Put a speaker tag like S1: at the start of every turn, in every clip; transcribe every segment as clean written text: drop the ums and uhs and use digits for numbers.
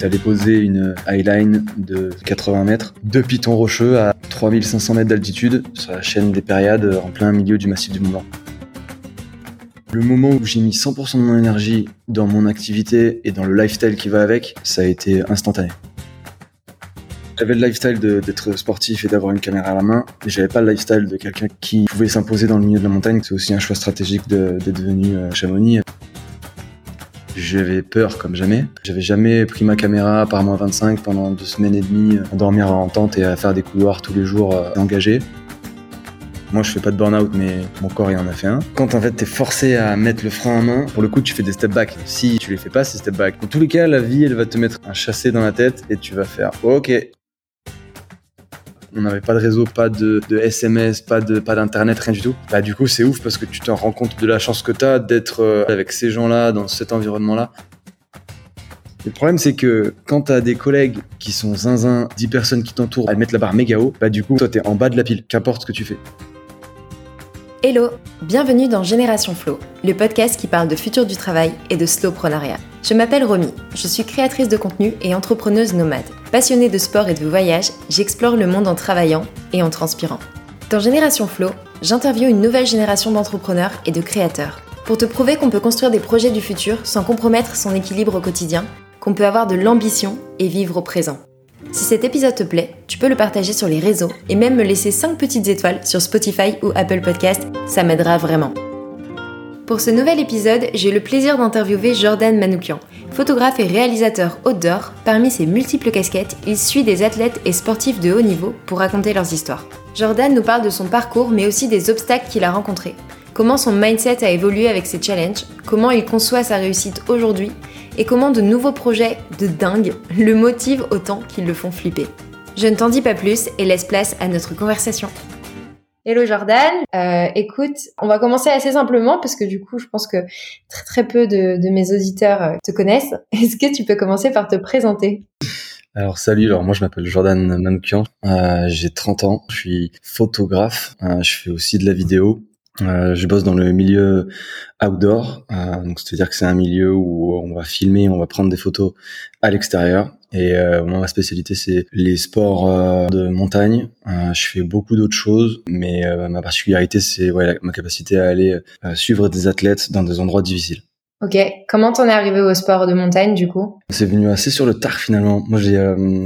S1: est allé poser une highline de 80 mètres de Piton Rocheux à 3500 mètres d'altitude sur la chaîne des Périades en plein milieu du massif du Mont Blanc. Le moment où j'ai mis 100% de mon énergie dans mon activité et dans le lifestyle qui va avec, ça a été instantané. J'avais le lifestyle d'être sportif et d'avoir une caméra à la main, mais j'avais pas le lifestyle de quelqu'un qui pouvait s'imposer dans le milieu de la montagne. C'est aussi un choix stratégique d'être venu à Chamonix. J'avais peur comme jamais. J'avais jamais pris ma caméra par -25 pendant 2 semaines et demie, à dormir en tente et à faire des couloirs tous les jours engagés. Moi, je fais pas de burn-out, mais mon corps, il en a fait un. Quand en fait, t'es forcé à mettre le frein à main, pour le coup, tu fais des step back. Si tu les fais pas, c'est step back. Dans tous les cas, la vie, elle va te mettre un chassé dans la tête et tu vas faire OK. On n'avait pas de réseau, pas de SMS, pas d'internet, rien du tout. Bah, du coup, c'est ouf parce que tu te rends compte de la chance que t'as d'être avec ces gens-là, dans cet environnement-là. Le problème, c'est que quand t'as des collègues qui sont zinzin, 10 personnes qui t'entourent, elles mettent la barre méga haut, bah, du coup, toi, t'es en bas de la pile, qu'importe ce que tu fais.
S2: Hello, bienvenue dans Génération Flow, le podcast qui parle de futur du travail et de slowpreneuriat. Je m'appelle Romy, je suis créatrice de contenu et entrepreneuse nomade. Passionnée de sport et de voyage, j'explore le monde en travaillant et en transpirant. Dans Génération Flow, j'interviewe une nouvelle génération d'entrepreneurs et de créateurs pour te prouver qu'on peut construire des projets du futur sans compromettre son équilibre au quotidien, qu'on peut avoir de l'ambition et vivre au présent. Si cet épisode te plaît, tu peux le partager sur les réseaux et même me laisser 5 petites étoiles sur Spotify ou Apple Podcast, ça m'aidera vraiment. Pour ce nouvel épisode, j'ai le plaisir d'interviewer Jordan Manoukian. Photographe et réalisateur outdoor, parmi ses multiples casquettes, il suit des athlètes et sportifs de haut niveau pour raconter leurs histoires. Jordan nous parle de son parcours mais aussi des obstacles qu'il a rencontrés. Comment son mindset a évolué avec ses challenges, comment il conçoit sa réussite aujourd'hui et comment de nouveaux projets de dingue le motivent autant qu'ils le font flipper. Je ne t'en dis pas plus et laisse place à notre conversation. Hello Jordan, écoute, on va commencer assez simplement parce que du coup je pense que très peu de mes auditeurs te connaissent. Est-ce que tu peux commencer par te présenter ?
S1: Alors salut, moi je m'appelle Jordan Manoukian, j'ai 30 ans, je suis photographe, je fais aussi de la vidéo. Je bosse dans le milieu outdoor, donc c'est-à-dire que c'est un milieu où on va filmer, on va prendre des photos à l'extérieur. Et moi, ma spécialité, c'est les sports de montagne. Je fais beaucoup d'autres choses, mais ma particularité, c'est ma capacité à aller suivre des athlètes dans des endroits difficiles.
S2: Ok, comment t'en es arrivé au sport de montagne du coup ?
S1: C'est venu assez sur le tard finalement. Moi j'ai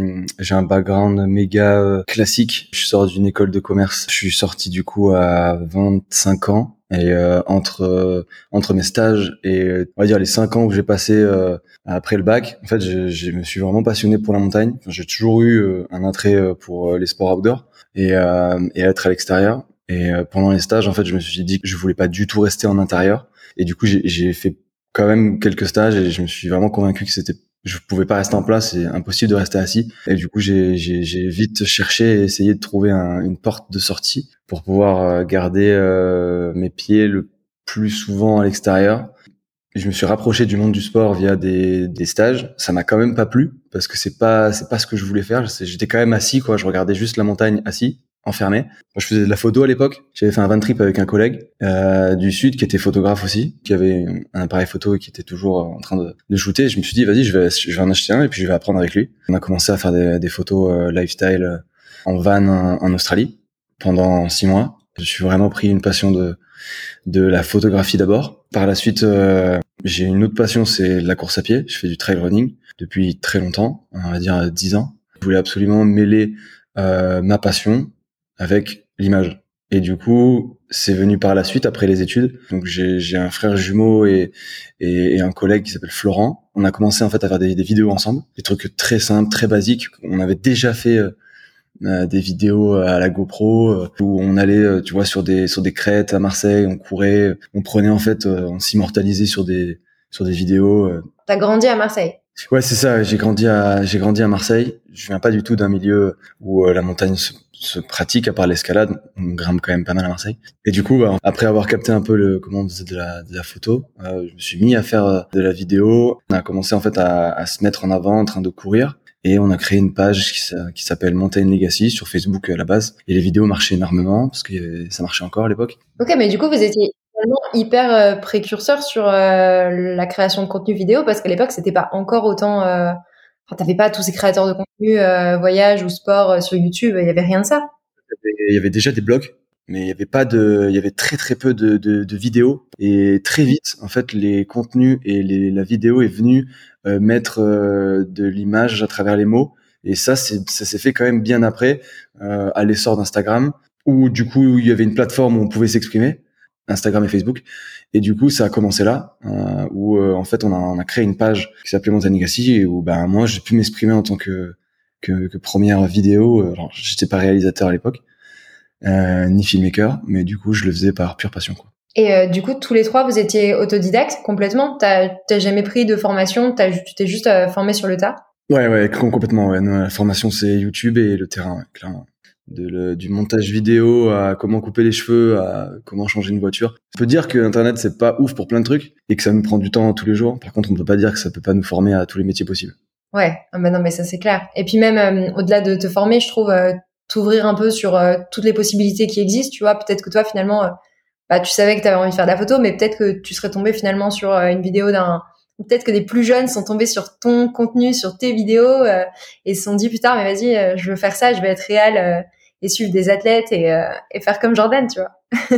S1: un background méga classique. Je sors d'une école de commerce. Je suis sorti du coup à 25 ans et entre mes stages et on va dire les 5 ans où j'ai passé après le bac, en fait je me suis vraiment passionné pour la montagne. Enfin, j'ai toujours eu un attrait pour les sports outdoor et être à l'extérieur. Et pendant les stages en fait je me suis dit que je voulais pas du tout rester en intérieur et du coup j'ai fait quand même quelques stages et je me suis vraiment convaincu que je pouvais pas rester en place, c'est impossible de rester assis. Et du coup, j'ai vite cherché et essayé de trouver une porte de sortie pour pouvoir garder mes pieds le plus souvent à l'extérieur. Et je me suis rapproché du monde du sport via des stages. Ça m'a quand même pas plu parce que c'est pas ce que je voulais faire. J'étais quand même assis, quoi. Je regardais juste la montagne assis, enfermé. Moi, je faisais de la photo à l'époque. J'avais fait un van trip avec un collègue du sud qui était photographe aussi, qui avait un appareil photo et qui était toujours en train de shooter. Et je me suis dit, vas-y, je vais en acheter un et puis je vais apprendre avec lui. On a commencé à faire des photos lifestyle en van en Australie pendant 6 mois. Je suis vraiment pris une passion de la photographie d'abord. Par la suite, j'ai une autre passion, c'est la course à pied. Je fais du trail running depuis très longtemps, on va dire 10 ans. Je voulais absolument mêler ma passion avec l'image. Et du coup, c'est venu par la suite après les études. Donc j'ai un frère jumeau et un collègue qui s'appelle Florent. On a commencé en fait à faire des vidéos ensemble, des trucs très simples, très basiques. On avait déjà fait des vidéos à la GoPro où on allait tu vois sur des crêtes à Marseille, on courait, on prenait en fait on s'immortalisait sur des vidéos.
S2: T'as grandi à Marseille ?
S1: Ouais, c'est ça, j'ai grandi à Marseille. Je viens pas du tout d'un milieu où la montagne se pratique à part l'escalade, on grimpe quand même pas mal à Marseille. Et du coup, après avoir capté un peu comment on faisait de la photo, je me suis mis à faire de la vidéo. On a commencé en fait à se mettre en avant en train de courir. Et on a créé une page qui s'appelle Mountain Legacy sur Facebook à la base. Et les vidéos marchaient énormément parce que ça marchait encore à l'époque.
S2: Ok, mais du coup, vous étiez vraiment hyper précurseur sur la création de contenu vidéo parce qu'à l'époque, c'était pas encore autant Enfin, t'avais pas tous ces créateurs de contenu, voyage ou sport sur YouTube, il y avait rien de ça.
S1: Il y avait déjà des blogs, mais il y avait très très peu de vidéos. Et très vite, en fait, les contenus et la vidéo est venue mettre de l'image à travers les mots. Et ça s'est fait quand même bien après, à l'essor d'Instagram, où du coup il y avait une plateforme où on pouvait s'exprimer, Instagram et Facebook. Et du coup, ça a commencé là, où en fait on a créé une page qui s'appelait Montagne Legacy, et où ben moi j'ai pu m'exprimer en tant que première vidéo. Alors, j'étais pas réalisateur à l'époque, ni filmmaker, mais du coup, je le faisais par pure passion, quoi.
S2: Et du coup, tous les trois, vous étiez autodidactes complètement? T'as jamais pris de formation? Tu t'es juste formé sur le tas?
S1: Ouais, complètement, ouais. Non, la formation, c'est YouTube et le terrain, ouais, clairement. Du montage vidéo à comment couper les cheveux, à comment changer une voiture. On peut dire que Internet, c'est pas ouf pour plein de trucs et que ça nous prend du temps tous les jours. Par contre, on peut pas dire que ça peut pas nous former à tous les métiers possibles.
S2: Ouais, ah bah non, mais ça c'est clair. Et puis même au-delà de te former, je trouve t'ouvrir un peu sur toutes les possibilités qui existent. Tu vois, peut-être que toi finalement, bah tu savais que t'avais envie de faire de la photo, mais peut-être que tu serais tombé finalement sur une vidéo ou peut-être que des plus jeunes sont tombés sur ton contenu, sur tes vidéos et se sont dit putain, mais vas-y, je veux faire ça, je vais être réel et suivre des athlètes et faire comme Jordan, tu vois.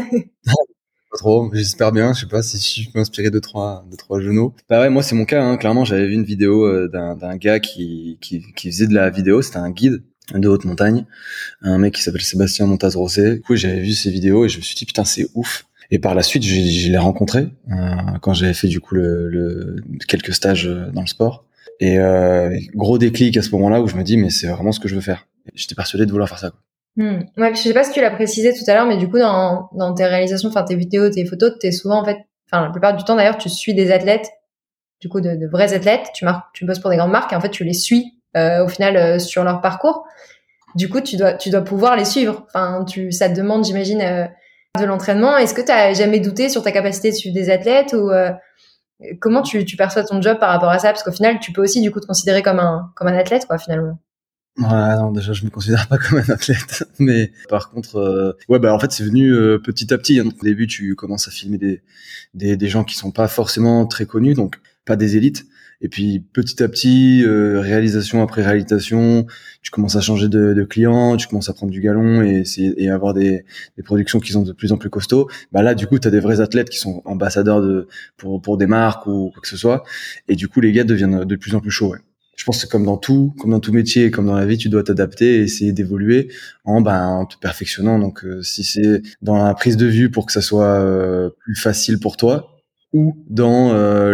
S1: Pas trop, j'espère bien, je sais pas si je peux m'inspirer de trois genoux. Bah ouais, moi c'est mon cas, hein. Clairement, j'avais vu une vidéo d'un gars qui faisait de la vidéo, c'était un guide de haute montagne, un mec qui s'appelle Sébastien Montaz-Rosset. Du coup, j'avais vu ses vidéos et je me suis dit putain, c'est ouf. Et par la suite, je l'ai rencontré quand j'avais fait du coup quelques stages dans le sport. Et gros déclic à ce moment-là où je me dis mais c'est vraiment ce que je veux faire. J'étais persuadé de vouloir faire ça, quoi.
S2: Ouais, je sais pas si tu l'as précisé tout à l'heure, mais du coup, dans tes réalisations, enfin, tes vidéos, tes photos, t'es souvent, en fait, enfin, la plupart du temps, d'ailleurs, tu suis des athlètes, du coup, de vrais athlètes, tu bosses pour des grandes marques, et en fait, tu les suis, au final, sur leur parcours. Du coup, tu dois pouvoir les suivre. Enfin, ça te demande, j'imagine, de l'entraînement. Est-ce que t'as jamais douté sur ta capacité de suivre des athlètes ou, comment tu perçois ton job par rapport à ça? Parce qu'au final, tu peux aussi, du coup, te considérer comme un athlète, quoi, finalement.
S1: Ouais, non, déjà, je me considère pas comme un athlète, mais par contre, ouais, bah en fait, c'est venu petit à petit, hein. Au début, tu commences à filmer des gens qui sont pas forcément très connus, donc pas des élites. Et puis petit à petit, réalisation après réalisation, tu commences à changer de client, tu commences à prendre du galon et avoir des productions qui sont de plus en plus costauds. Bah là, du coup, t'as des vrais athlètes qui sont ambassadeurs pour des marques ou quoi que ce soit. Et du coup, les gars deviennent de plus en plus chauds, ouais. Je pense que c'est comme dans tout métier, comme dans la vie, tu dois t'adapter et essayer d'évoluer en te perfectionnant. Donc, si c'est dans la prise de vue pour que ça soit plus facile pour toi, ou dans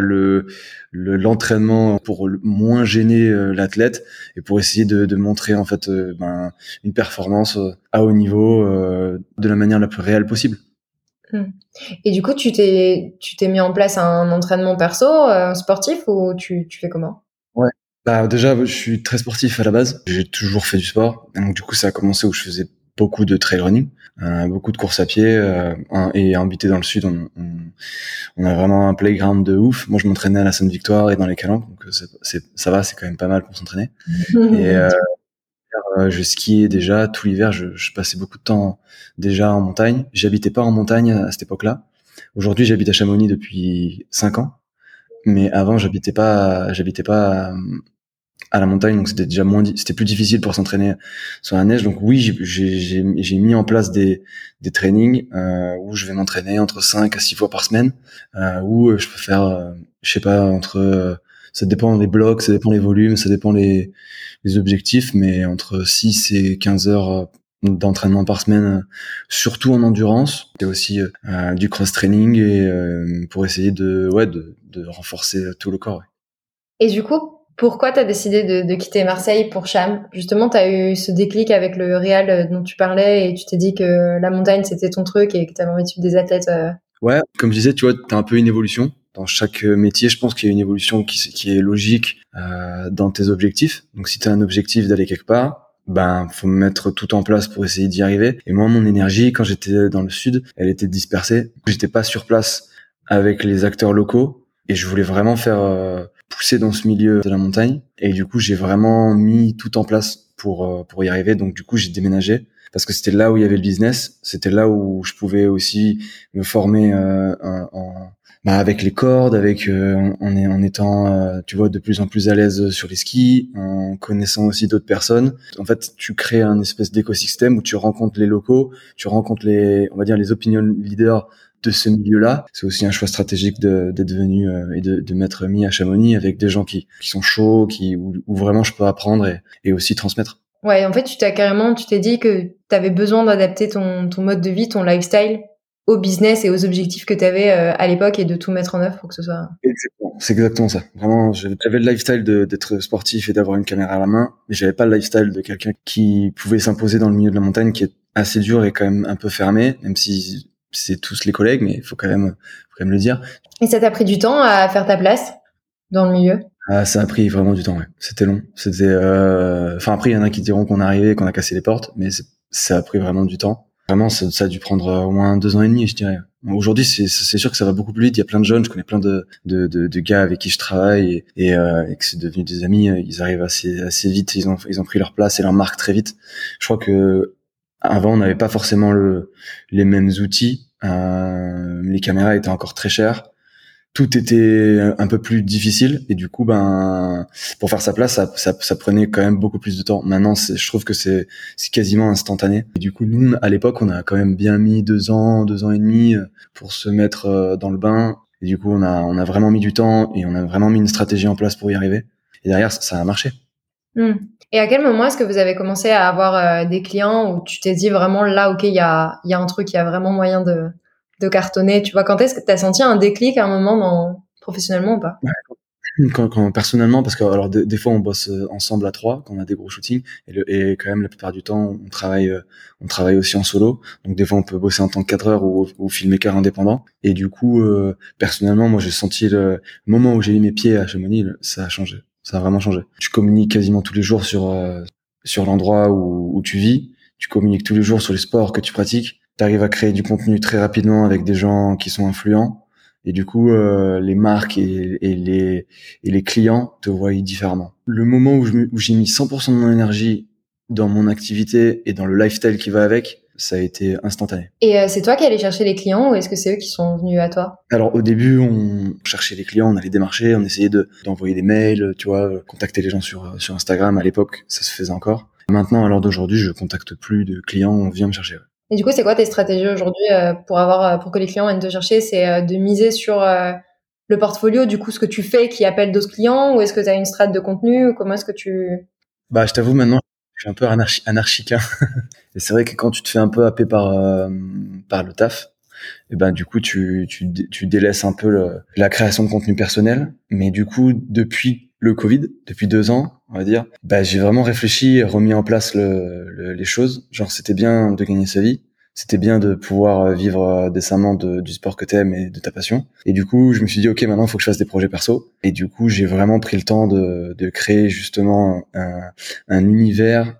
S1: l'entraînement pour moins gêner l'athlète et pour essayer de montrer en fait une performance à haut niveau de la manière la plus réelle possible.
S2: Hmm. Et du coup, tu t'es mis en place un entraînement perso, sportif ou tu fais comment?
S1: Ouais. Bah déjà, je suis très sportif à la base. J'ai toujours fait du sport. Donc du coup, ça a commencé où je faisais beaucoup de trail running, beaucoup de courses à pied. Et habité dans le sud, on a vraiment un playground de ouf. Moi, je m'entraînais à la Sainte-Victoire et dans les Calanques, donc ça va, c'est quand même pas mal pour s'entraîner. Et je skiais déjà tout l'hiver. Je passais beaucoup de temps déjà en montagne. J'habitais pas en montagne à cette époque-là. Aujourd'hui, j'habite à Chamonix depuis 5 ans. Mais avant, j'habitais pas à la montagne, donc c'était déjà c'était plus difficile pour s'entraîner sur la neige. Donc oui, j'ai mis en place des trainings où je vais m'entraîner entre 5 à 6 fois par semaine, où je peux faire, je sais pas, ça dépend des blocs, ça dépend les volumes, ça dépend les objectifs, mais entre 6 et 15 heures d'entraînement par semaine, surtout en endurance. Il y a aussi du cross-training et pour essayer de renforcer tout le corps. Ouais.
S2: Et du coup, pourquoi t'as décidé de quitter Marseille pour Cham? Justement, t'as eu ce déclic avec le Real dont tu parlais et tu t'es dit que la montagne c'était ton truc et que t'avais envie de suivre des athlètes.
S1: Ouais, comme je disais, tu vois, t'as un peu une évolution. Dans chaque métier, je pense qu'il y a une évolution qui est logique dans tes objectifs. Donc si t'as un objectif d'aller quelque part, faut mettre tout en place pour essayer d'y arriver. Et moi, mon énergie, quand j'étais dans le sud, elle était dispersée. J'étais pas sur place avec les acteurs locaux et je voulais vraiment faire pousser dans ce milieu de la montagne. Et du coup, j'ai vraiment mis tout en place pour y arriver. Donc du coup, j'ai déménagé parce que c'était là où il y avait le business, c'était là où je pouvais aussi me former avec les cordes, avec en étant tu vois de plus en plus à l'aise sur les skis, en connaissant aussi d'autres personnes. En fait, tu crées un espèce d'écosystème où tu rencontres les locaux, tu rencontres les on va dire les opinion leaders de ce milieu-là. C'est aussi un choix stratégique d'être venu et de m'être mis à Chamonix avec des gens qui sont chauds, où vraiment je peux apprendre et aussi transmettre.
S2: Ouais, en fait, tu t'es dit que t'avais besoin d'adapter ton mode de vie, ton lifestyle au business et aux objectifs que t'avais à l'époque et de tout mettre en œuvre pour que ce soit...
S1: Exactement. C'est exactement ça. Vraiment, j'avais le lifestyle d'être sportif et d'avoir une caméra à la main, mais j'avais pas le lifestyle de quelqu'un qui pouvait s'imposer dans le milieu de la montagne, qui est assez dur et quand même un peu fermé, même si c'est tous les collègues, mais faut quand même le dire.
S2: Et ça t'a pris du temps à faire ta place dans le milieu?
S1: Ah, ça a pris vraiment du temps, ouais. C'était long. Après, il y en a qui diront qu'on est arrivé, qu'on a cassé les portes, mais ça a pris vraiment du temps. Vraiment, ça a dû prendre au moins 2 ans et demi, je dirais. Aujourd'hui, c'est sûr que ça va beaucoup plus vite. Il y a plein de jeunes, je connais plein de gars avec qui je travaille et que c'est devenu des amis. Ils arrivent assez vite. Ils ont pris leur place et leur marque très vite. Je crois que avant, on n'avait pas forcément les mêmes outils. Les caméras étaient encore très chères. Tout était un peu plus difficile et du coup pour faire sa place ça prenait quand même beaucoup plus de temps. Maintenant je trouve que c'est quasiment instantané et du coup nous à l'époque on a quand même bien mis 2 ans et demi pour se mettre dans le bain et du coup on a vraiment mis du temps et on a vraiment mis une stratégie en place pour y arriver et derrière ça a marché.
S2: Et à quel moment est-ce que vous avez commencé à avoir des clients où tu t'es dit vraiment là ok il y a un truc, il y a vraiment moyen de cartonner, tu vois? Quand est-ce que tu as senti un déclic à un moment professionnellement ou pas?
S1: Quand personnellement, parce que alors des fois on bosse ensemble à 3 quand on a des gros shootings et quand même la plupart du temps on travaille aussi en solo. Donc des fois on peut bosser en tant que cadreur ou filmmaker indépendant. Et du coup personnellement moi j'ai senti le moment où j'ai mis mes pieds à Chamonix, ça a changé. Ça a vraiment changé. Tu communiques quasiment tous les jours sur l'endroit où tu vis. Tu communiques tous les jours sur les sports que tu pratiques. T'arrives à créer du contenu très rapidement avec des gens qui sont influents. Et du coup, les marques et les clients te voient différemment. Le moment où j'ai mis 100% de mon énergie dans mon activité et dans le lifestyle qui va avec, ça a été instantané.
S2: Et c'est toi qui allais chercher les clients ou est-ce que c'est eux qui sont venus à toi?
S1: Alors au début, on cherchait les clients, on allait démarcher, on essayait d'envoyer des mails, tu vois, contacter les gens sur Instagram. À l'époque, ça se faisait encore. Maintenant, à l'heure d'aujourd'hui, je contacte plus de clients, on vient me chercher.
S2: Et du coup, c'est quoi tes stratégies aujourd'hui pour que les clients viennent te chercher? C'est de miser sur le portfolio, du coup, ce que tu fais qui appelle d'autres clients, ou est-ce que tu as une strate de contenu, ou comment est-ce que tu...
S1: Je t'avoue maintenant, je suis un peu anarchique. Hein. Et c'est vrai que quand tu te fais un peu happer par le taf, et du coup tu délaisses un peu la création de contenu personnel. Mais du coup, depuis le Covid, depuis 2 ans, on va dire, j'ai vraiment réfléchi et remis en place les choses. Genre, c'était bien de gagner sa vie. C'était bien de pouvoir vivre décemment du sport que t'aimes et de ta passion. Et du coup, je me suis dit, ok, maintenant, il faut que je fasse des projets perso. Et du coup, j'ai vraiment pris le temps de créer justement un univers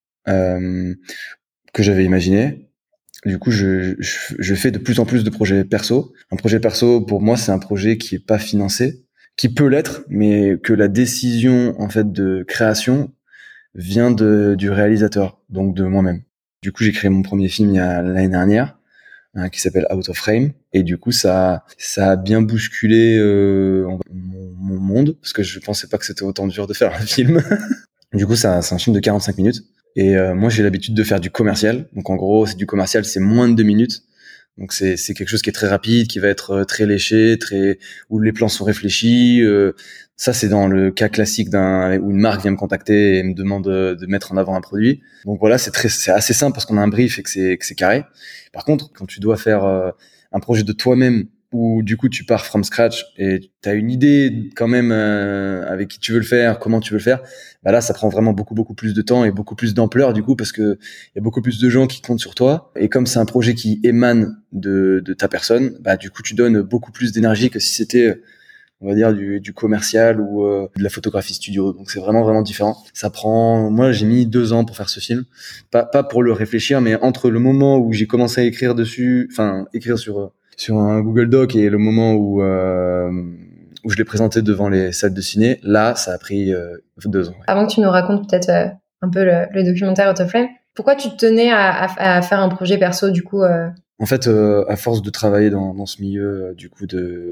S1: que j'avais imaginé. Du coup, je fais de plus en plus de projets perso. Un projet perso, pour moi, c'est un projet qui est pas financé, qui peut l'être, mais que la décision, en fait, de création vient du réalisateur, donc de moi-même. Du coup, j'ai créé mon premier film l'année dernière, qui s'appelle Out of Frame. Et du coup, ça a bien bousculé mon monde, parce que je pensais pas que c'était autant dur de faire un film. Du coup, c'est un film de 45 minutes. Et moi, j'ai l'habitude de faire du commercial. Donc, en gros, c'est du commercial, c'est moins de 2 minutes. Donc, c'est quelque chose qui est très rapide, qui va être très léché, où les plans sont réfléchis. Ça, c'est dans le cas classique où une marque vient me contacter et me demande de mettre en avant un produit. Donc voilà, c'est assez simple parce qu'on a un brief et que c'est carré. Par contre, quand tu dois faire un projet de toi-même, où du coup tu pars from scratch et tu as une idée quand même avec qui tu veux le faire, comment tu veux le faire, là ça prend vraiment beaucoup plus de temps et beaucoup plus d'ampleur du coup parce que il y a beaucoup plus de gens qui comptent sur toi et comme c'est un projet qui émane de ta personne, du coup tu donnes beaucoup plus d'énergie que si c'était on va dire du commercial ou de la photographie studio. Donc c'est vraiment différent. Moi j'ai mis 2 ans pour faire ce film, pas pour le réfléchir, mais entre le moment où j'ai commencé à écrire dessus, enfin écrire sur un Google Doc et le moment où je l'ai présenté devant les salles de ciné, là ça a pris 2 ans. Ouais.
S2: Avant que tu nous racontes peut-être un peu le documentaire Out of Frame, Pourquoi tu tenais à faire un projet perso du coup
S1: En fait, à force de travailler dans ce milieu du coup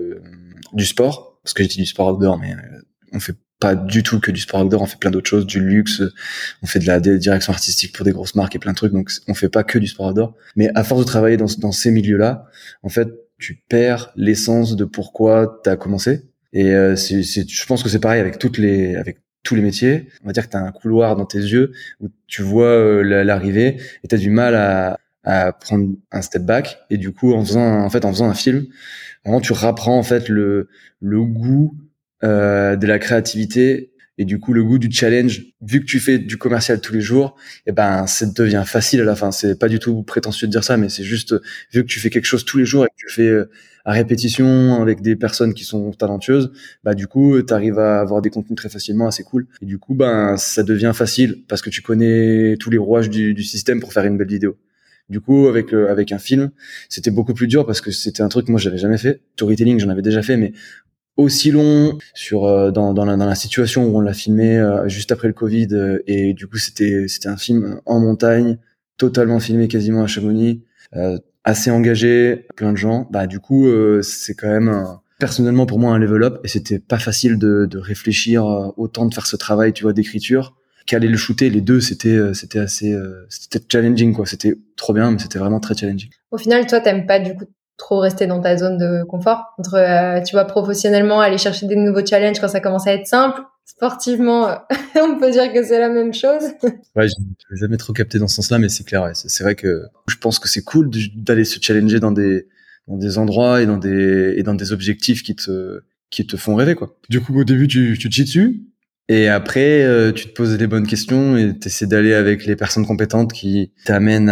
S1: du sport, parce que j'ai dit du sport outdoor, mais on fait pas du tout que du sport outdoor, on fait plein d'autres choses, du luxe, on fait de la direction artistique pour des grosses marques et plein de trucs, donc on fait pas que du sport outdoor. Mais à force de travailler dans ces milieux-là, en fait, tu perds l'essence de pourquoi t'as commencé. Et je pense que c'est pareil avec avec tous les métiers. On va dire que t'as un couloir dans tes yeux où tu vois l'arrivée et t'as du mal à prendre un step back. Et du coup, en faisant un film, vraiment, tu rapprends en fait le goût de la créativité et du coup le goût du challenge. Vu que tu fais du commercial tous les jours, et ben ça devient facile à la fin. C'est pas du tout prétentieux de dire ça, mais c'est juste vu que tu fais quelque chose tous les jours et que tu le fais à répétition avec des personnes qui sont talentueuses, bah du coup t'arrives à avoir des contenus très facilement, assez cool. Et du coup ben ça devient facile parce que tu connais tous les rouages du système pour faire une belle vidéo. Du coup, avec un film, c'était beaucoup plus dur parce que c'était un truc que moi j'avais jamais fait. Storytelling, j'en avais déjà fait, mais aussi long sur dans la situation où on l'a filmé juste après le Covid et du coup c'était un film en montagne, totalement filmé quasiment à Chamonix, assez engagé, plein de gens. Bah du coup c'est quand même personnellement pour moi un level up et c'était pas facile de réfléchir autant de faire ce travail tu vois d'écriture qu'aller le shooter. Les deux c'était assez c'était challenging quoi, c'était trop bien mais c'était vraiment très challenging.
S2: Au final, toi, t'aimes pas du coup trop rester dans ta zone de confort entre, tu vois, professionnellement, aller chercher des nouveaux challenges quand ça commence à être simple. Sportivement, on peut dire que c'est la même chose.
S1: Ouais, j'ai jamais trop capté dans ce sens-là, mais c'est clair. Ouais. C'est vrai que je pense que c'est cool d'aller se challenger dans des endroits et dans des objectifs qui te font rêver, quoi. Du coup, au début, tu te chies dessus. Et après, tu te poses les bonnes questions et t'essaies d'aller avec les personnes compétentes qui t'amènent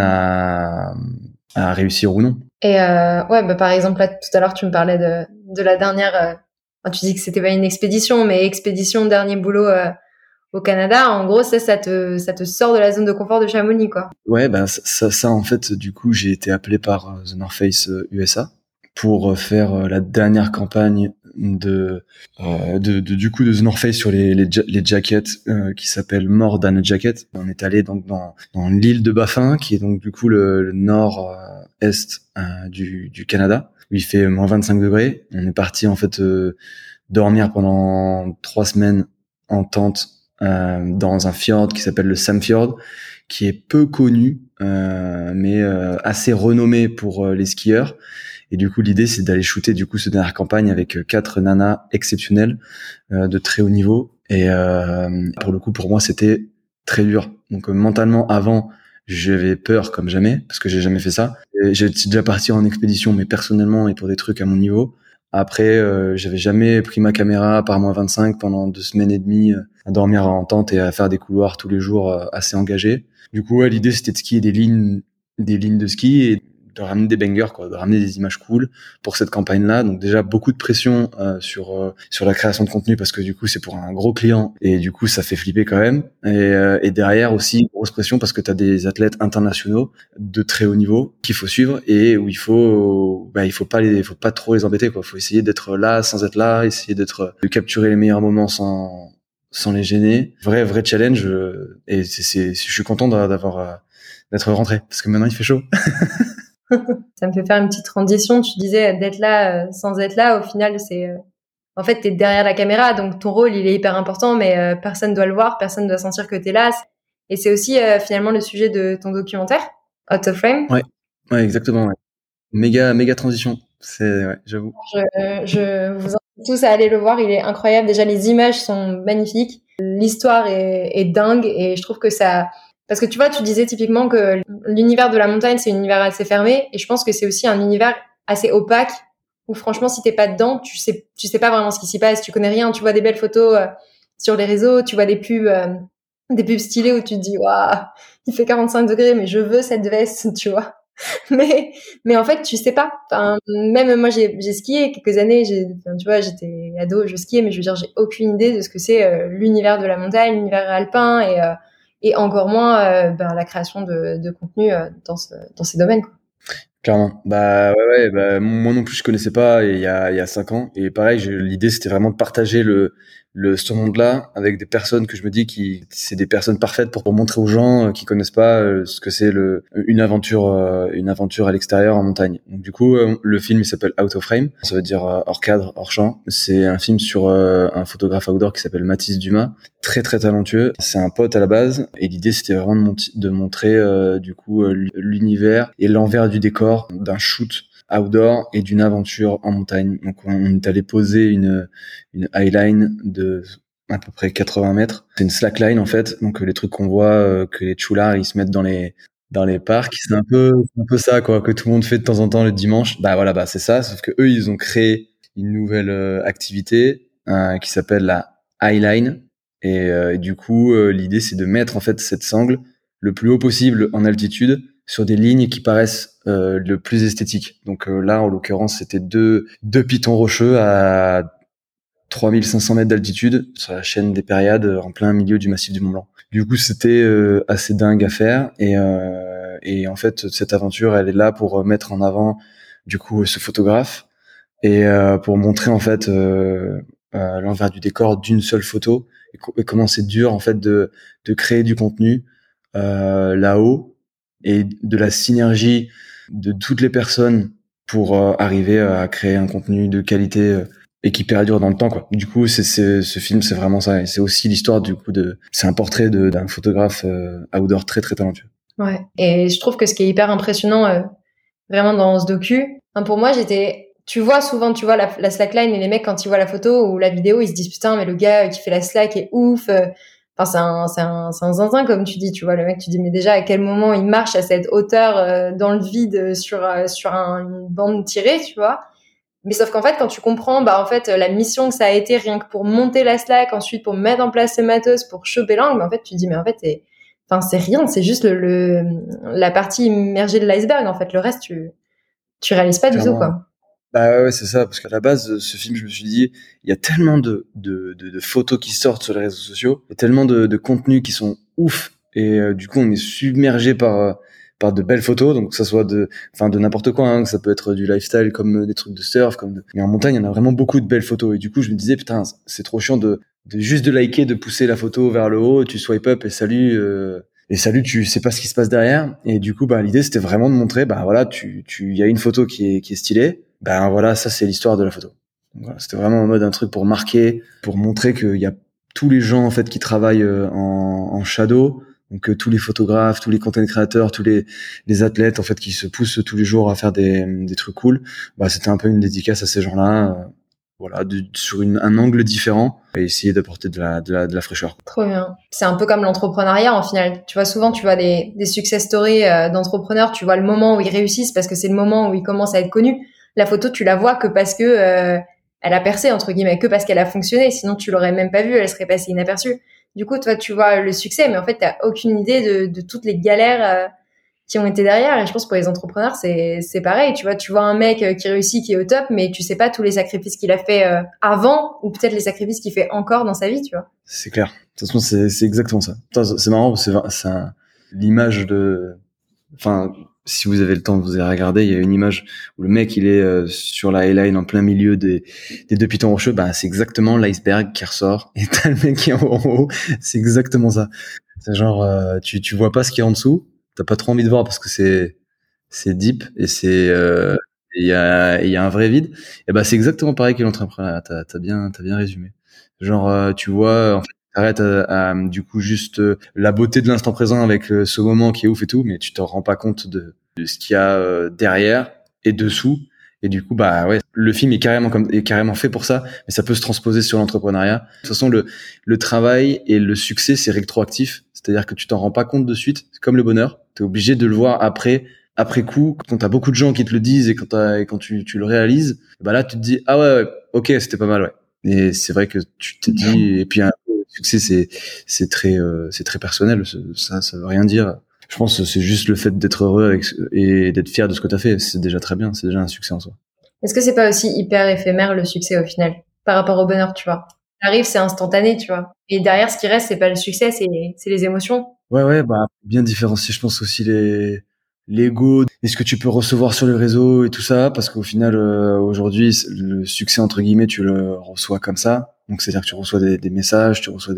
S1: à réussir ou non.
S2: Et ouais, bah, par exemple, là, tout à l'heure, tu me parlais de la dernière... enfin, tu dis que c'était pas une expédition, mais expédition, dernier boulot au Canada. En gros, ça te sort de la zone de confort de Chamonix, quoi.
S1: Ouais, bah en fait, du coup, j'ai été appelé par The North Face USA pour faire la dernière campagne du coup de The North Face sur les jackets qui s'appelle More Than a Jacket. On est allé donc dans l'île de Baffin qui est donc du coup le nord est du Canada où il fait moins 25 degrés. On est parti en fait dormir pendant 3 semaines en tente dans un fjord qui s'appelle le Samfjord, qui est peu connu, mais assez renommé pour les skieurs. Et du coup, l'idée, c'est d'aller shooter du coup cette dernière campagne avec 4 nanas exceptionnelles de très haut niveau. Et pour le coup, pour moi, c'était très dur. Donc mentalement, avant, j'avais peur comme jamais parce que j'ai jamais fait ça. J'étais déjà parti en expédition, mais personnellement et pour des trucs à mon niveau. Après, j'avais jamais pris ma caméra par moins 25 pendant 2 semaines et demie à dormir en tente et à faire des couloirs tous les jours assez engagés. Du coup, ouais, l'idée c'était de skier des lignes de ski et de ramener des bangers, quoi, de ramener des images cool pour cette campagne-là. Donc déjà beaucoup de pression sur la création de contenu parce que du coup c'est pour un gros client et du coup ça fait flipper quand même. Et derrière aussi grosse pression parce que t'as des athlètes internationaux de très haut niveau qu'il faut suivre et où il faut pas trop les embêter, quoi. Faut essayer d'être là sans être là, essayer de capturer les meilleurs moments sans les gêner. Vrai challenge et je suis content d'être rentré parce que maintenant il fait chaud.
S2: Ça me fait faire une petite transition. Tu disais d'être là sans être là. Au final, c'est... en fait, t'es derrière la caméra, donc ton rôle, il est hyper important, mais personne doit le voir, personne doit sentir que t'es là. Et c'est aussi finalement le sujet de ton documentaire, Out of Frame.
S1: Ouais, exactement. Ouais. Méga transition. Ouais, j'avoue.
S2: Je vous invite tous à aller le voir, il est incroyable. Déjà, les images sont magnifiques. L'histoire est dingue et je trouve que ça... Parce que tu vois, tu disais typiquement que l'univers de la montagne, c'est un univers assez fermé et je pense que c'est aussi un univers assez opaque où franchement, si t'es pas dedans, tu sais pas vraiment ce qui s'y passe, tu connais rien, tu vois des belles photos sur les réseaux, tu vois des pubs stylées où tu te dis, waouh, il fait 45 degrés, mais je veux cette veste, tu vois. Mais en fait, tu sais pas. Enfin, même moi, j'ai skié quelques années. Tu vois, j'étais ado, je skiais, mais je veux dire, j'ai aucune idée de ce que c'est l'univers de la montagne, l'univers alpin, et encore moins la création de contenu dans ces domaines, quoi.
S1: Clairement. Bah bah moi non plus je connaissais pas il y a 5 ans et pareil, l'idée c'était vraiment de partager ce monde-là avec des personnes que je me dis qui c'est des personnes parfaites pour montrer aux gens qui connaissent pas ce que c'est une aventure à l'extérieur en montagne. Donc du coup le film il s'appelle Out of Frame, ça veut dire hors cadre, hors champ. C'est un film sur un photographe outdoor qui s'appelle Mathis Dumas, très très talentueux. C'est un pote à la base et l'idée c'était vraiment de montrer du coup l'univers et l'envers du décor d'un shoot outdoor et d'une aventure en montagne. Donc on est allé poser une highline de à peu près 80 mètres. C'est une slackline en fait, donc les trucs qu'on voit que les choulards ils se mettent dans les parcs, c'est un peu ça quoi que tout le monde fait de temps en temps le dimanche. Bah voilà, c'est ça, sauf que eux ils ont créé une nouvelle activité qui s'appelle la highline et du coup l'idée c'est de mettre en fait cette sangle le plus haut possible en altitude sur des lignes qui paraissent le plus esthétiques. Donc là, en l'occurrence, c'était deux pitons rocheux à 3500 mètres d'altitude sur la chaîne des Périades en plein milieu du massif du Mont-Blanc. Du coup, c'était assez dingue à faire et en fait, cette aventure, elle est là pour mettre en avant du coup ce photographe et pour montrer en fait l'envers du décor d'une seule photo et comment c'est dur en fait de créer du contenu là-haut et de la synergie de toutes les personnes pour arriver à créer un contenu de qualité et qui perdure dans le temps quoi. Du coup, ce film c'est vraiment ça et c'est aussi l'histoire du coup c'est un portrait d'un photographe outdoor très très talentueux.
S2: Ouais. Et je trouve que ce qui est hyper impressionnant vraiment dans ce docu, pour moi, tu vois souvent, la slackline et les mecs quand ils voient la photo ou la vidéo, ils se disent putain, mais le gars qui fait la slack est ouf. Enfin, c'est un zinzin comme tu dis, tu vois, le mec, tu dis mais déjà à quel moment il marche à cette hauteur dans le vide sur une bande tirée, tu vois. Mais sauf qu'en fait, quand tu comprends, en fait, la mission que ça a été rien que pour monter la slack, ensuite pour mettre en place ce matos, pour choper l'angle, en fait, tu dis mais en fait, c'est rien, c'est juste la partie immergée de l'iceberg, en fait. Le reste, tu réalises pas du tout, quoi.
S1: Bah ouais, c'est ça, parce qu'à la base, ce film, je me suis dit, il y a tellement de photos qui sortent sur les réseaux sociaux, il y a tellement de contenus qui sont ouf, et du coup, on est submergé par de belles photos, donc que ça soit de n'importe quoi, hein, que ça peut être du lifestyle comme des trucs de surf, mais en montagne, il y en a vraiment beaucoup de belles photos, et du coup, je me disais, putain, c'est trop chiant de juste de liker, de pousser la photo vers le haut, tu swipe up et salut, tu sais pas ce qui se passe derrière. Et du coup, l'idée, c'était vraiment de montrer, voilà, il y a une photo qui est stylée. Voilà, ça, c'est l'histoire de la photo. Donc, voilà, c'était vraiment en mode un truc pour marquer, pour montrer qu'il y a tous les gens, en fait, qui travaillent en shadow. Donc, tous les photographes, tous les content créateurs, tous les athlètes, en fait, qui se poussent tous les jours à faire des trucs cool. C'était un peu une dédicace à ces gens-là. Voilà, sur un angle différent et essayer d'apporter de la fraîcheur.
S2: Trop bien. C'est un peu comme l'entrepreneuriat en final. Tu vois, souvent, tu vois des success stories d'entrepreneurs, tu vois le moment où ils réussissent parce que c'est le moment où ils commencent à être connus. La photo, tu la vois que parce que elle a percé, entre guillemets, que parce qu'elle a fonctionné. Sinon, tu l'aurais même pas vue, elle serait passée inaperçue. Du coup, toi, tu vois le succès, mais en fait, t'as aucune idée de toutes les galères qui ont été derrière. Et je pense pour les entrepreneurs, c'est pareil. Tu vois un mec qui réussit, qui est au top, mais tu sais pas tous les sacrifices qu'il a fait avant, ou peut-être les sacrifices qu'il fait encore dans sa vie, tu vois.
S1: C'est clair. De toute façon, c'est exactement ça. C'est marrant, l'image de, si vous avez le temps de vous y regarder, il y a une image où le mec, il est sur la highline en plein milieu des deux pitons rocheux. C'est exactement l'iceberg qui ressort. Et t'as le mec qui est en haut. C'est exactement ça. C'est genre, tu vois pas ce qu'il y a en dessous. T'as pas trop envie de voir parce que c'est deep et il y a un vrai vide. Et c'est exactement pareil que l'entrepreneuriat. T'as bien résumé. Genre, tu vois, en fait, t'arrêtes à du coup juste la beauté de l'instant présent avec ce moment qui est ouf et tout, mais tu te rends pas compte de ce qu'il y a derrière et dessous. Et du coup, ouais, le film est carrément fait pour ça, mais ça peut se transposer sur l'entrepreneuriat. De toute façon, le travail et le succès, c'est rétroactif. C'est-à-dire que tu t'en rends pas compte de suite. C'est comme le bonheur. T'es obligé de le voir après coup, quand t'as beaucoup de gens qui te le disent et quand tu le réalises, là, tu te dis, ah ouais, ok, c'était pas mal, ouais. Et c'est vrai que tu te dis, et puis le succès, c'est très personnel. Ça veut rien dire. Je pense que c'est juste le fait d'être heureux et d'être fier de ce que t'as fait. C'est déjà très bien. C'est déjà un succès en soi.
S2: Est-ce que c'est pas aussi hyper éphémère le succès au final, par rapport au bonheur, tu vois? T'arrives, c'est instantané, tu vois. Et derrière, ce qui reste, c'est pas le succès, c'est les émotions.
S1: Ouais, bien différencier, je pense aussi l'ego et ce que tu peux recevoir sur les réseaux et tout ça, parce qu'au final, aujourd'hui, le succès, entre guillemets, tu le reçois comme ça. Donc c'est-à-dire que tu reçois des messages, tu reçois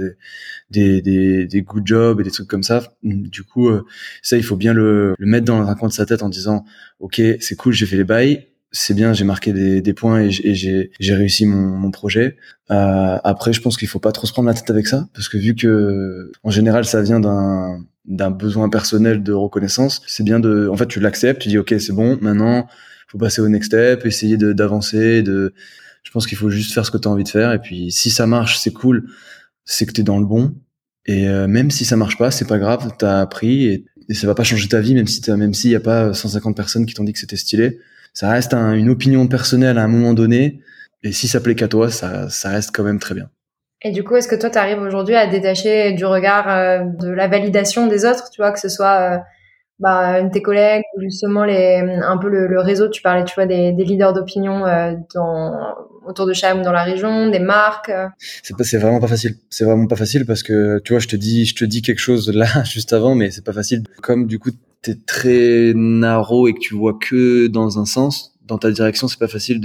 S1: des good jobs et des trucs comme ça. Du coup, ça il faut bien le mettre dans un coin de sa tête en disant ok, c'est cool, j'ai fait les bails, c'est bien, j'ai marqué des points et j'ai réussi mon projet. Après, je pense qu'il faut pas trop se prendre la tête avec ça, parce que vu que en général ça vient d'un besoin personnel de reconnaissance, c'est bien en fait tu l'acceptes, tu dis ok, c'est bon, maintenant faut passer au next step, essayer d'avancer, je pense qu'il faut juste faire ce que tu as envie de faire, et puis si ça marche, c'est cool, c'est que t'es dans le bon, et même si ça marche pas, c'est pas grave, t'as appris, et ça va pas changer ta vie, même s'il y a pas 150 personnes qui t'ont dit que c'était stylé, ça reste une opinion personnelle à un moment donné, et si ça plaît qu'à toi, ça reste quand même très bien.
S2: Et du coup, est-ce que toi, tu arrives aujourd'hui à détacher du regard de la validation des autres, tu vois, que ce soit une de tes collègues ou justement un peu le réseau, tu parlais, tu vois, des leaders d'opinion autour de Cham ou dans la région, des marques.
S1: C'est vraiment pas facile. C'est vraiment pas facile parce que tu vois, je te dis quelque chose là juste avant, mais c'est pas facile. Comme du coup t'es très narrow et que tu vois que dans un sens, dans ta direction, c'est pas facile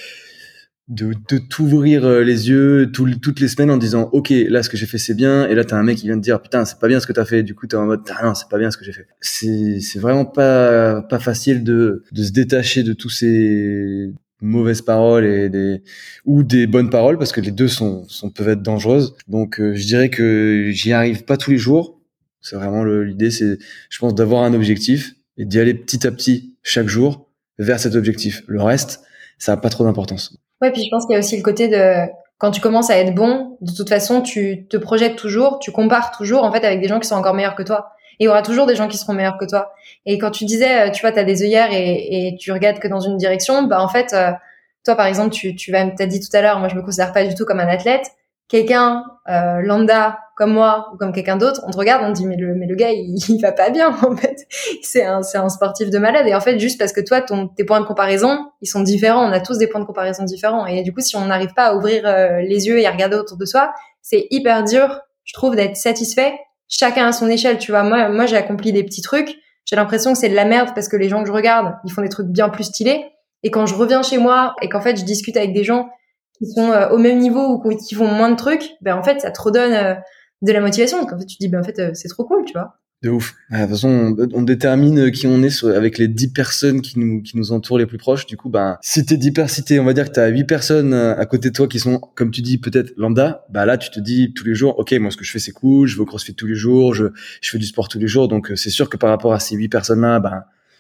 S1: de t'ouvrir les yeux toutes les semaines en disant ok, là ce que j'ai fait c'est bien, et là t'as un mec qui vient te dire putain c'est pas bien ce que t'as fait, du coup t'es en mode ah non c'est pas bien ce que j'ai fait. C'est vraiment pas facile de se détacher de tous ces mauvaises paroles ou des bonnes paroles, parce que les deux peuvent être dangereuses. Donc je dirais que j'y arrive pas tous les jours. C'est vraiment l'idée, c'est je pense d'avoir un objectif et d'y aller petit à petit chaque jour vers cet objectif. Le reste, ça a pas trop d'importance.
S2: Ouais, puis je pense qu'il y a aussi le côté de quand tu commences à être bon, de toute façon, tu te projettes toujours, tu compares toujours en fait avec des gens qui sont encore meilleurs que toi. Et il y aura toujours des gens qui seront meilleurs que toi. Et quand tu disais, tu vois, t'as des œillères et tu regardes que dans une direction, bah en fait, toi par exemple, t'as dit tout à l'heure, moi je me considère pas du tout comme un athlète. Quelqu'un lambda comme moi ou comme quelqu'un d'autre, on te regarde, on te dit mais le gars il va pas bien en fait. C'est un sportif de malade, et en fait juste parce que toi tes points de comparaison ils sont différents, on a tous des points de comparaison différents, et du coup si on n'arrive pas à ouvrir les yeux et à regarder autour de soi, c'est hyper dur, je trouve, d'être satisfait. Chacun à son échelle, tu vois. Moi j'ai accompli des petits trucs, j'ai l'impression que c'est de la merde parce que les gens que je regarde ils font des trucs bien plus stylés, et quand je reviens chez moi et qu'en fait je discute avec des gens qui sont au même niveau ou qui font moins de trucs, ben en fait ça te redonne de la motivation. Donc en fait tu te dis ben en fait c'est trop cool, tu vois.
S1: De ouf. De toute façon, on détermine qui on est avec les 10 personnes qui nous entourent les plus proches. Du coup, ben, si on va dire que t'as 8 personnes à côté de toi qui sont, comme tu dis, peut-être lambda, bah là, tu te dis tous les jours, ok, moi, ce que je fais, c'est cool, je vais au CrossFit tous les jours, je fais du sport tous les jours. Donc, c'est sûr que par rapport à ces 8 personnes-là, ben,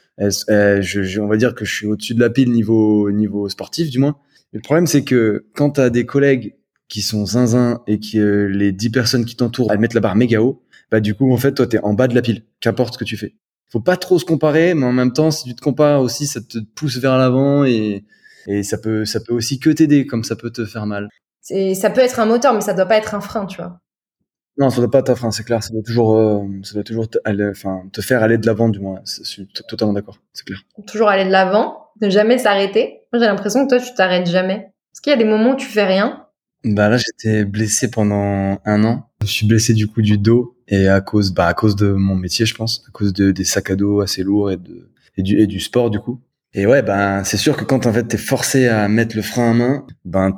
S1: on va dire que je suis au-dessus de la pile niveau sportif, du moins. Le problème, c'est que quand t'as des collègues qui sont zinzin et que les 10 personnes qui t'entourent, elles mettent la barre méga haut, bah du coup en fait toi t'es en bas de la pile, qu'importe ce que tu fais. Faut pas trop se comparer, mais en même temps si tu te compares aussi, ça te pousse vers l'avant, et ça peut aussi que t'aider comme ça peut te faire mal.
S2: Ça peut être un moteur, mais ça doit pas être un frein, tu vois.
S1: Non, ça doit pas être un frein, c'est clair, ça doit toujours te faire aller de l'avant, du moins. Je suis totalement d'accord, c'est clair.
S2: Toujours aller de l'avant, ne jamais s'arrêter. Moi j'ai l'impression que toi tu t'arrêtes jamais. Est-ce qu'il y a des moments où tu fais rien?
S1: Bah là j'étais blessé pendant 1 an. Je suis blessé du coup du dos, et à cause de mon métier, je pense, à cause des sacs à dos assez lourds et du sport du coup. Et ouais, ben c'est sûr que quand en fait t'es forcé à mettre le frein à main, ben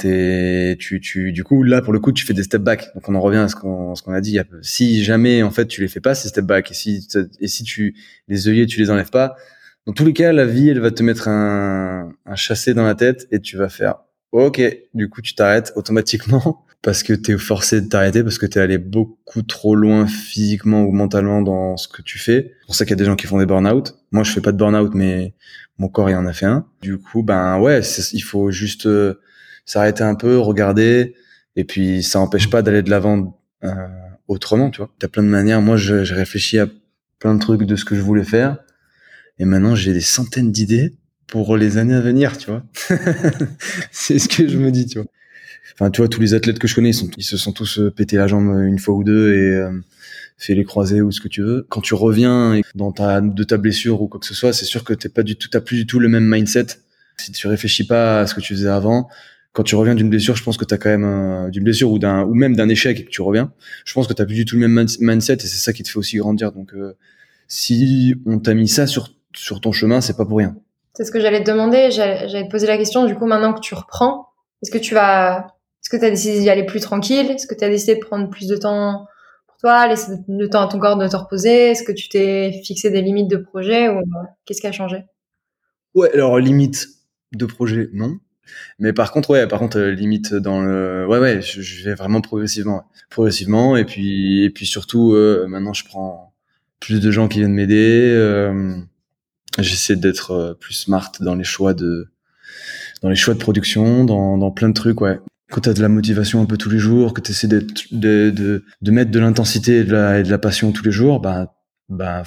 S1: du coup là pour le coup tu fais des step back. Donc on en revient à ce qu'on a dit. Si jamais en fait tu les fais pas ces step back, et si les œillets tu les enlèves pas, dans tous les cas la vie elle va te mettre un chassé dans la tête et tu vas faire ok. Du coup tu t'arrêtes automatiquement parce que t'es forcé de t'arrêter, parce que t'es allé beaucoup trop loin physiquement ou mentalement dans ce que tu fais. C'est pour ça qu'il y a des gens qui font des burn-out. Moi je fais pas de burn-out, mais mon corps il en a fait un. Du coup ben ouais, il faut juste s'arrêter un peu, regarder, et puis ça empêche pas d'aller de l'avant autrement, tu vois. T'as plein de manières. Moi j'ai réfléchi à plein de trucs de ce que je voulais faire, et maintenant j'ai des centaines d'idées pour les années à venir, tu vois. C'est ce que je me dis, tu vois. Enfin, tu vois, tous les athlètes que je connais, ils se sont tous pété la jambe une fois ou deux, et fait les croisés ou ce que tu veux. Quand tu reviens de ta blessure ou quoi que ce soit, c'est sûr que t'as plus du tout le même mindset. Si tu réfléchis pas à ce que tu faisais avant, quand tu reviens d'une blessure, je pense que t'as quand même d'une blessure ou même d'un échec, et que tu reviens, je pense que t'as plus du tout le même mindset, et c'est ça qui te fait aussi grandir. Donc, si on t'a mis ça sur ton chemin, c'est pas pour rien.
S2: C'est ce que j'allais te demander. J'allais te poser la question. Du coup, maintenant que tu reprends, est-ce Est-ce que tu as décidé d'y aller plus tranquille? Est-ce que tu as décidé de prendre plus de temps pour toi, laisser le temps à ton corps de te reposer? Est-ce que tu t'es fixé des limites de projet ou qu'est-ce qui a changé?
S1: Ouais, alors limite de projet, non. Mais par contre, limite dans le, ouais, je vais vraiment progressivement, progressivement, et puis surtout, maintenant, je prends plus de gens qui viennent m'aider. J'essaie d'être plus smart dans les choix de production, dans plein de trucs, ouais. Quand t'as de la motivation un peu tous les jours, que t'essaies de mettre de l'intensité et de la passion tous les jours, bah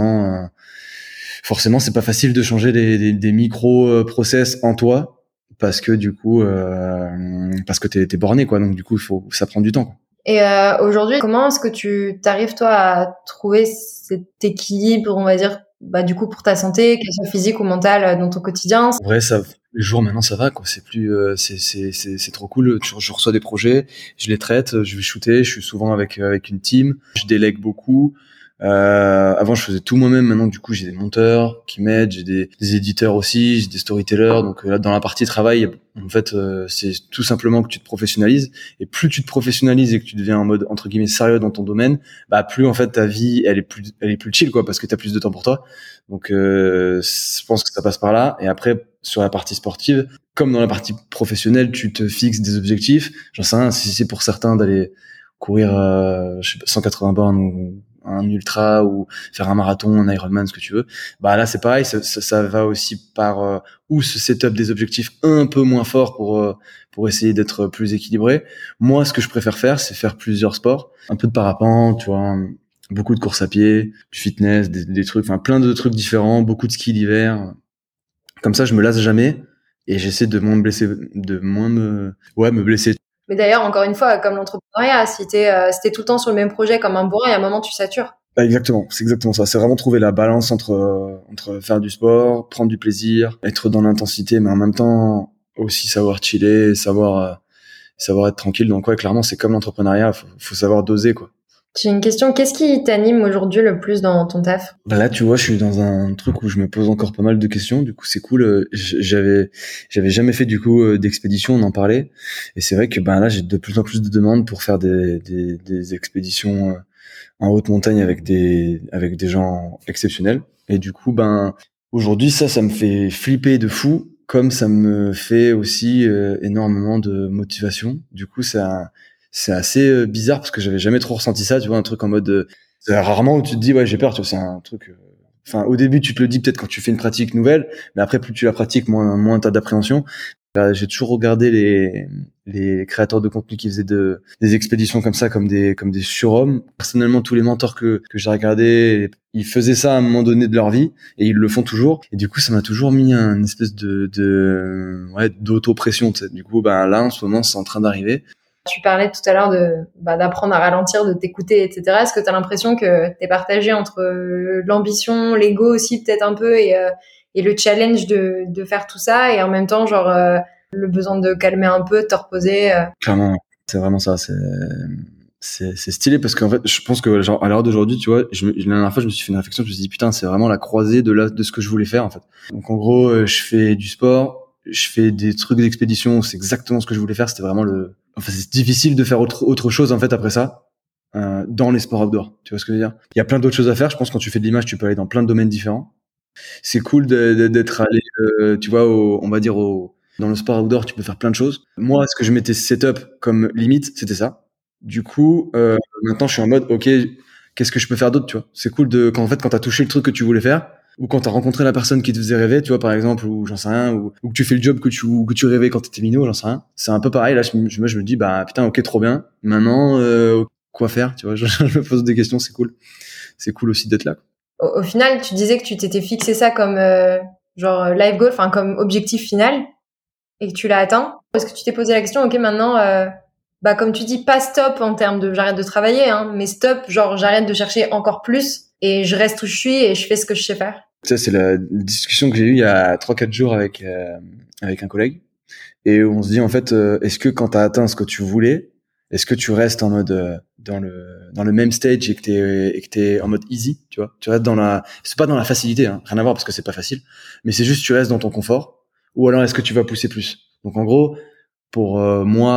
S1: forcément, c'est pas facile de changer des micro process en toi parce que du coup, parce que t'es borné, quoi. Donc du coup, ça prend du temps, quoi.
S2: Et aujourd'hui, comment est-ce que tu t'arrives toi à trouver cet équilibre, on va dire, bah du coup pour ta santé, qu'elle soit physique ou mentale, dans ton quotidien?
S1: En vrai, les jours maintenant, ça va, quoi. C'est plus, c'est trop cool. Je reçois des projets, je les traite, je vais shooter. Je suis souvent avec une team. Je délègue beaucoup. Avant, je faisais tout moi-même. Maintenant, du coup, j'ai des monteurs qui m'aident, j'ai des éditeurs aussi, j'ai des storytellers. Donc là, dans la partie travail, en fait, c'est tout simplement que tu te professionnalises. Et plus tu te professionnalises et que tu deviens en mode entre guillemets sérieux dans ton domaine, bah plus en fait ta vie, elle est plus chill, quoi, parce que t'as plus de temps pour toi. Donc, je pense que ça passe par là. Et après, sur la partie sportive, comme dans la partie professionnelle, tu te fixes des objectifs. J'en sais rien, si c'est pour certains d'aller courir, je sais pas, 180 bornes ou un ultra ou faire un marathon, un Ironman, ce que tu veux. Bah là, c'est pareil, ça va aussi par ou ce setup des objectifs un peu moins forts pour essayer d'être plus équilibré. Moi, ce que je préfère faire, c'est faire plusieurs sports, un peu de parapente, tu vois, beaucoup de course à pied, du fitness, des trucs, enfin plein de trucs différents, beaucoup de ski l'hiver. Comme ça, je me lasse jamais et j'essaie de moins me blesser, me blesser.
S2: Mais d'ailleurs, encore une fois, comme l'entrepreneuriat, si t'es tout le temps sur le même projet comme un bourrin, il y a un moment tu satures.
S1: Bah, exactement, c'est exactement ça. C'est vraiment trouver la balance entre faire du sport, prendre du plaisir, être dans l'intensité, mais en même temps aussi savoir chiller, savoir être tranquille. Donc ouais, clairement, c'est comme l'entrepreneuriat, faut savoir doser, quoi.
S2: J'ai une question, qu'est-ce qui t'anime aujourd'hui le plus dans ton taf?
S1: Bah là, tu vois, je suis dans un truc où je me pose encore pas mal de questions. Du coup, c'est cool. J'avais jamais fait du coup d'expédition, on en parlait. Et c'est vrai que ben là, j'ai de plus en plus de demandes pour faire des expéditions en haute montagne avec des gens exceptionnels. Et du coup, ben aujourd'hui, ça me fait flipper de fou, comme ça me fait aussi énormément de motivation. Du coup, c'est assez bizarre parce que j'avais jamais trop ressenti ça, tu vois, un truc en mode c'est rarement où tu te dis ouais, j'ai peur, tu vois, c'est un truc enfin au début tu te le dis peut-être quand tu fais une pratique nouvelle, mais après plus tu la pratiques, moins t'as d'appréhension. J'ai toujours regardé les créateurs de contenu qui faisaient des expéditions comme ça, comme des surhommes. Personnellement, tous les mentors que j'ai regardés, ils faisaient ça à un moment donné de leur vie et ils le font toujours. Et du coup, ça m'a toujours mis une espèce d'auto-pression, tu sais. Du coup, ben là, en ce moment, c'est en train d'arriver.
S2: Tu parlais tout à l'heure d'apprendre à ralentir, de t'écouter, etc. Est-ce que tu as l'impression que t'es partagé entre l'ambition, l'ego aussi peut-être un peu et le challenge de faire tout ça et en même temps genre le besoin de calmer un peu, de te reposer
S1: Clairement, c'est vraiment ça. C'est stylé parce qu'en fait, je pense que genre à l'heure d'aujourd'hui, tu vois, la dernière fois, je me suis fait une réflexion, je me suis dit putain, c'est vraiment la croisée de ce que je voulais faire en fait. Donc en gros, je fais du sport, je fais des trucs d'expédition, c'est exactement ce que je voulais faire. C'était vraiment enfin c'est difficile de faire autre chose en fait après ça. Dans les sports outdoor, tu vois ce que je veux dire. Il y a plein d'autres choses à faire. Je pense que quand tu fais de l'image, tu peux aller dans plein de domaines différents. C'est cool d'être allé, tu vois, on va dire dans le sport outdoor, tu peux faire plein de choses. Moi, ce que je m'étais setup comme limite, c'était ça. Du coup, maintenant, je suis en mode, ok, qu'est-ce que je peux faire d'autre, tu vois. C'est cool quand t'as touché le truc que tu voulais faire, ou quand t'as rencontré la personne qui te faisait rêver, tu vois, par exemple, ou j'en sais rien, ou que tu fais le job que tu rêvais quand t'étais minot, j'en sais rien. C'est un peu pareil. Là, je me dis, bah putain, ok, trop bien. Maintenant, quoi faire, tu vois. Je me pose des questions, c'est cool. C'est cool aussi d'être là.
S2: Au final, tu disais que tu t'étais fixé ça comme genre life goal, enfin comme objectif final et que tu l'as atteint. Est-ce que tu t'es posé la question, ok, maintenant, bah comme tu dis, pas stop en termes de j'arrête de travailler, hein, mais stop, genre j'arrête de chercher encore plus et je reste où je suis et je fais ce que je sais faire.
S1: Ça, c'est la discussion que j'ai eue il y a 3-4 jours avec un collègue. Et on se dit, en fait, est-ce que quand t'as atteint ce que tu voulais, est-ce que tu restes en mode dans le même stage et que t'es en mode easy, tu vois? Tu restes c'est pas dans la facilité, hein, rien à voir parce que c'est pas facile, mais c'est juste tu restes dans ton confort, ou alors est-ce que tu vas pousser plus? Donc en gros, pour moi,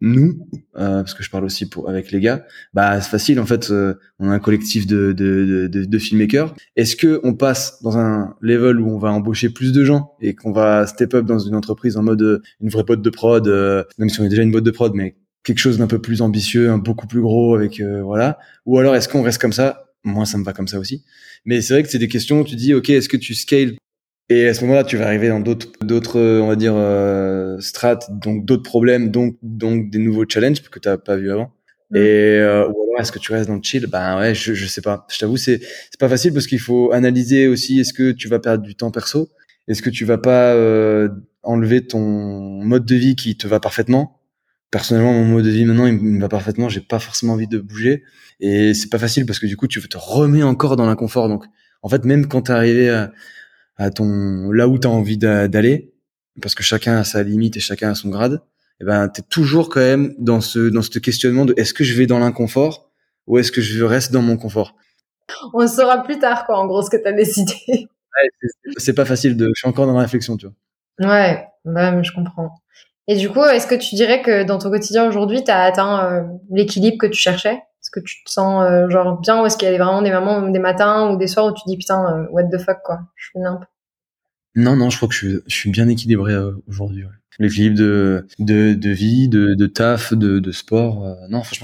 S1: nous, parce que je parle aussi avec les gars, c'est facile en fait. On a un collectif de filmmakers. Est-ce que on passe dans un level où on va embaucher plus de gens et qu'on va step up dans une entreprise en mode une vraie boîte de prod, même si on est déjà une boîte de prod, mais quelque chose d'un peu plus ambitieux, beaucoup plus gros avec voilà. Ou alors est-ce qu'on reste comme ça? Moi, ça me va comme ça aussi. Mais c'est vrai que c'est des questions où tu dis, ok, est-ce que tu scales? Et à ce moment-là, tu vas arriver dans d'autres, on va dire, strates, donc d'autres problèmes, donc des nouveaux challenges que t'as pas vu avant. Et ou alors est-ce que tu restes dans le chill? Ouais, je sais pas. Je t'avoue, c'est pas facile parce qu'il faut analyser aussi. Est-ce que tu vas perdre du temps perso? Est-ce que tu vas pas enlever ton mode de vie qui te va parfaitement? Personnellement, mon mode de vie maintenant, il me va parfaitement. J'ai pas forcément envie de bouger et c'est pas facile parce que du coup, tu te remets encore dans l'inconfort. Donc, en fait, même quand t'es arrivé à ton là où t'as envie d'aller, parce que chacun a sa limite et chacun a son grade, et t'es toujours quand même dans ce questionnement de est-ce que je vais dans l'inconfort ou est-ce que je reste dans mon confort.
S2: On saura plus tard, quoi, en gros, ce que t'as décidé.
S1: Ouais, c'est pas facile je suis encore dans la réflexion, tu vois.
S2: Ouais, mais je comprends. Et du coup, est-ce que tu dirais que dans ton quotidien aujourd'hui, t'as atteint l'équilibre que tu cherchais? Est-ce que tu te sens genre bien, ou est-ce qu'il y a vraiment des matins ou des soirs où tu te dis putain, what the fuck, quoi, je fais nimp?
S1: Non, je crois que je suis bien équilibré aujourd'hui. Ouais. L'équilibre de vie, de taf, de sport. Non, franchement,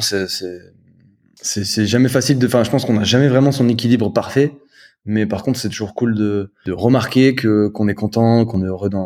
S1: c'est jamais facile enfin, je pense qu'on n'a jamais vraiment son équilibre parfait. Mais par contre, c'est toujours cool de remarquer qu'on est content, qu'on est heureux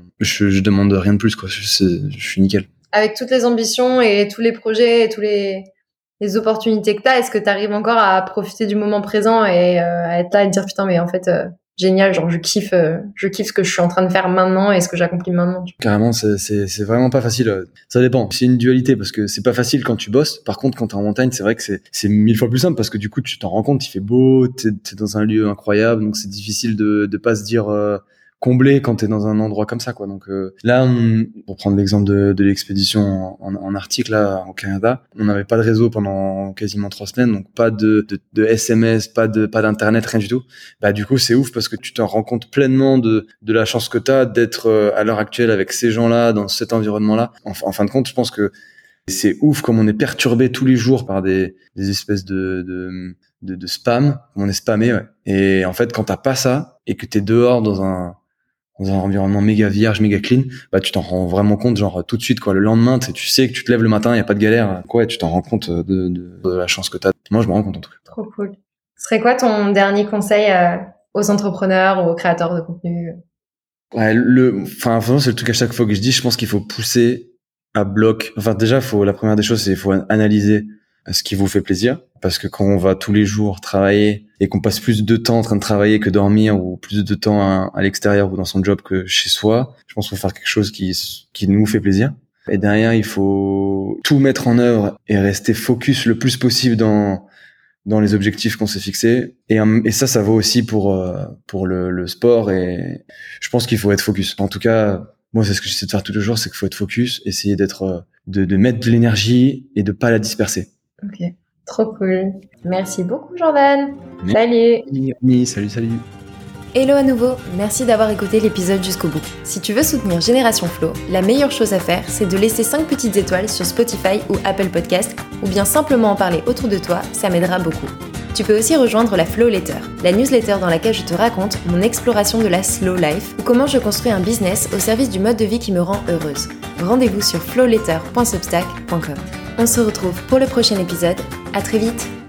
S1: je demande rien de plus, quoi. Je suis nickel.
S2: Avec toutes les ambitions et tous les projets et tous les opportunités que t'as, est-ce que t'arrives encore à profiter du moment présent et à être là et te dire putain, mais en fait, génial, genre je kiffe ce que je suis en train de faire maintenant et ce que j'accomplis maintenant.
S1: Carrément, c'est vraiment pas facile. Ça dépend. C'est une dualité parce que c'est pas facile quand tu bosses. Par contre, quand t'es en montagne, c'est vrai que c'est 1000 fois plus simple parce que du coup, tu t'en rends compte, il fait beau, t'es dans un lieu incroyable, donc c'est difficile de pas se dire comblé quand t'es dans un endroit comme ça, quoi. Donc là, pour prendre l'exemple de l'expédition en Arctique là au Canada, on n'avait pas de réseau pendant quasiment 3 semaines, donc pas de SMS, pas d'internet, rien du tout. Du coup, c'est ouf parce que tu t'en rends compte pleinement de la chance que t'as d'être à l'heure actuelle avec ces gens-là dans cet environnement-là. En fin de compte, je pense que c'est ouf comme on est perturbé tous les jours par des espèces de spam, on est spammé, ouais. Et en fait, quand t'as pas ça et que t'es dehors dans un environnement méga vierge, méga clean, tu t'en rends vraiment compte, genre tout de suite, quoi. Le lendemain, tu sais que tu te lèves le matin, y a pas de galère, quoi, et tu t'en rends compte de la chance que t'as. Moi, je me rends compte en tout cas.
S2: Trop cool. Ce serait quoi ton dernier conseil aux entrepreneurs ou aux créateurs de contenu?
S1: Ouais, vraiment, c'est le truc à chaque fois que je dis, je pense qu'il faut pousser à bloc. Enfin, déjà, la première des choses, c'est qu'il faut analyser ce qui vous fait plaisir. Parce que quand on va tous les jours travailler et qu'on passe plus de temps en train de travailler que dormir ou plus de temps à l'extérieur ou dans son job que chez soi, je pense qu'il faut faire quelque chose qui nous fait plaisir. Et derrière, il faut tout mettre en œuvre et rester focus le plus possible dans les objectifs qu'on s'est fixés. Et ça vaut aussi pour le sport. Et je pense qu'il faut être focus. En tout cas, moi, c'est ce que j'essaie de faire tous les jours, c'est qu'il faut être focus, essayer de mettre de l'énergie et de pas la disperser.
S2: Ok. Trop cool. Merci beaucoup, Jordan. Salut.
S1: Oui, salut.
S2: Hello à nouveau, merci d'avoir écouté l'épisode jusqu'au bout. Si tu veux soutenir Génération Flow, la meilleure chose à faire, c'est de laisser 5 petites étoiles sur Spotify ou Apple Podcast, ou bien simplement en parler autour de toi, ça m'aidera beaucoup. Tu peux aussi rejoindre la Flow Letter, la newsletter dans laquelle je te raconte mon exploration de la slow life ou comment je construis un business au service du mode de vie qui me rend heureuse. Rendez-vous sur flowletter.substack.com. On se retrouve pour le prochain épisode. À très vite.